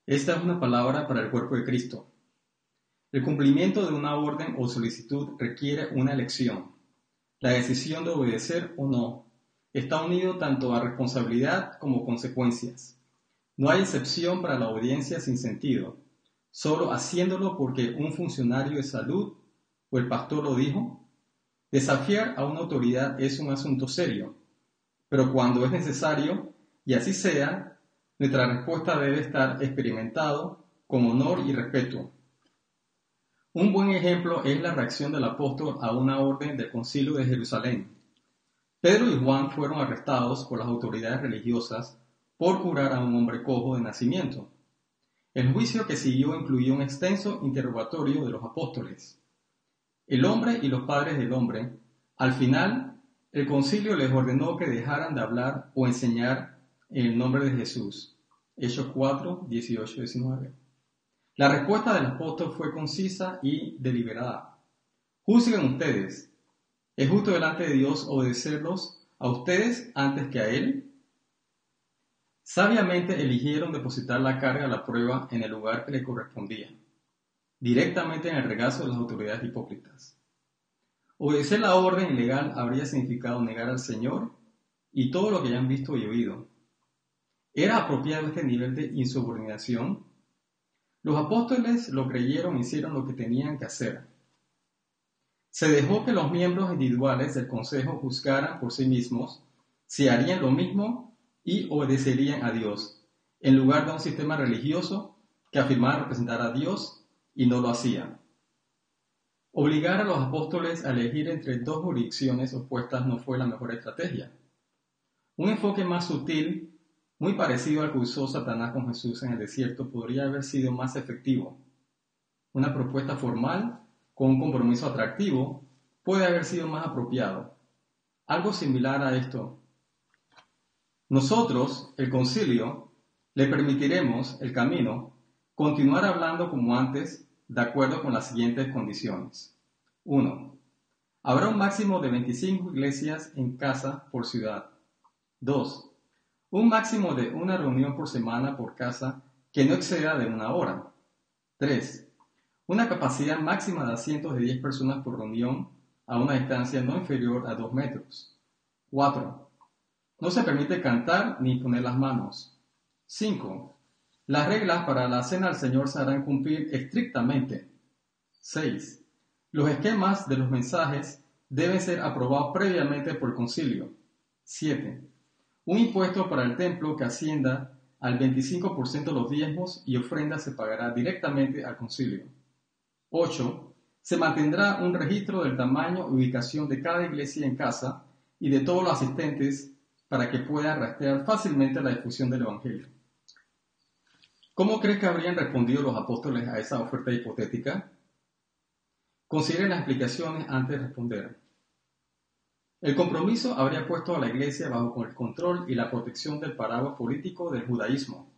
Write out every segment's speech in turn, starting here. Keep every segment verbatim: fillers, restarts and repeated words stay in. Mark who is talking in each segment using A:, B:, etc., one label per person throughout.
A: Esta es una palabra para el cuerpo de Cristo. El cumplimiento de una orden o solicitud requiere una elección. La decisión de obedecer o no está unido tanto a responsabilidad como consecuencias. No hay excepción para la obediencia sin sentido, solo haciéndolo porque un funcionario de salud o el pastor lo dijo. Desafiar a una autoridad es un asunto serio, pero cuando es necesario, y así sea, nuestra respuesta debe estar experimentado con honor y respeto. Un buen ejemplo es la reacción del apóstol a una orden del Concilio de Jerusalén. Pedro y Juan fueron arrestados por las autoridades religiosas por curar a un hombre cojo de nacimiento. El juicio que siguió incluyó un extenso interrogatorio de los apóstoles. El hombre y los padres del hombre, al final, el concilio les ordenó que dejaran de hablar o enseñar en el nombre de Jesús. Hechos cuatro, dieciocho y diecinueve. La respuesta del apóstol fue concisa y deliberada. Juzguen ustedes. ¿Es justo delante de Dios obedecerlos a ustedes antes que a Él? Sabiamente eligieron depositar la carga de la prueba en el lugar que le correspondía, directamente en el regazo de las autoridades hipócritas. Obedecer la orden ilegal habría significado negar al Señor y todo lo que ya han visto y oído. ¿Era apropiado este nivel de insubordinación? Los apóstoles lo creyeron e hicieron lo que tenían que hacer. Se dejó que los miembros individuales del consejo juzgaran por sí mismos si harían lo mismo y obedecerían a Dios, en lugar de un sistema religioso que afirmaba representar a Dios y no lo hacía. Obligar a los apóstoles a elegir entre dos jurisdicciones opuestas no fue la mejor estrategia. Un enfoque más sutil, muy parecido al que usó Satanás con Jesús en el desierto, podría haber sido más efectivo. Una propuesta formal con un compromiso atractivo puede haber sido más apropiado. Algo similar a esto. Nosotros, el concilio, le permitiremos el camino continuar hablando como antes, de acuerdo con las siguientes condiciones. uno. Habrá un máximo de veinticinco iglesias en casa por ciudad. dos. Un máximo de una reunión por semana por casa que no exceda de una hora. tres. Una capacidad máxima de asientos de diez personas por reunión a una distancia no inferior a dos metros. cuatro. No se permite cantar ni poner las manos. cinco. Las reglas para la cena del Señor se harán cumplir estrictamente. seis. Los esquemas de los mensajes deben ser aprobados previamente por el concilio. siete. Un impuesto para el templo que ascienda al veinticinco por ciento de los diezmos y ofrendas se pagará directamente al concilio. ocho. Se mantendrá un registro del tamaño y ubicación de cada iglesia en casa y de todos los asistentes para que pueda rastrear fácilmente la difusión del Evangelio. ¿Cómo crees que habrían respondido los apóstoles a esa oferta hipotética? Consideren las explicaciones antes de responder. El compromiso habría puesto a la iglesia bajo el control y la protección del paraguas político del judaísmo.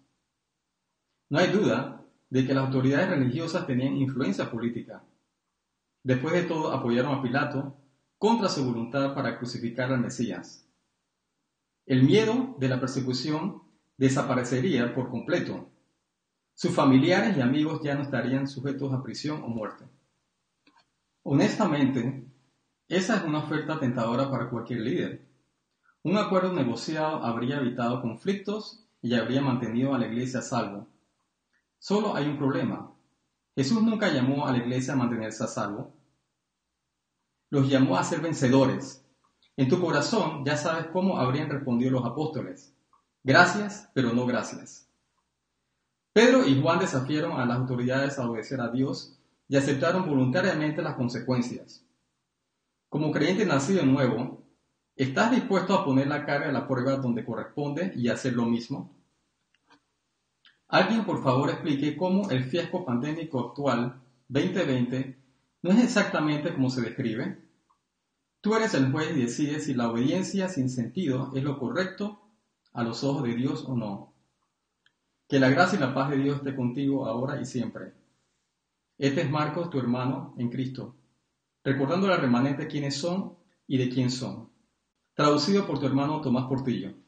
A: No hay duda de que las autoridades religiosas tenían influencia política. Después de todo, apoyaron a Pilato contra su voluntad para crucificar al Mesías. El miedo de la persecución desaparecería por completo. Sus familiares y amigos ya no estarían sujetos a prisión o muerte. Honestamente, esa es una oferta tentadora para cualquier líder. Un acuerdo negociado habría evitado conflictos y habría mantenido a la iglesia a salvo. Solo hay un problema. Jesús nunca llamó a la iglesia a mantenerse a salvo. Los llamó a ser vencedores. En tu corazón ya sabes cómo habrían respondido los apóstoles. Gracias, pero no gracias. Pedro y Juan desafiaron a las autoridades a obedecer a Dios y aceptaron voluntariamente las consecuencias. Como creyente nacido de nuevo, ¿estás dispuesto a poner la carga de la prueba donde corresponde y hacer lo mismo? Alguien, por favor, explique cómo el fiasco pandémico actual, veinte veinte, no es exactamente como se describe. Tú eres el juez y decides si la obediencia sin sentido es lo correcto a los ojos de Dios o no. Que la gracia y la paz de Dios esté contigo ahora y siempre. Este es Marcos, tu hermano en Cristo, recordando al remanente quiénes son y de quién son. Traducido por tu hermano Tomás Portillo.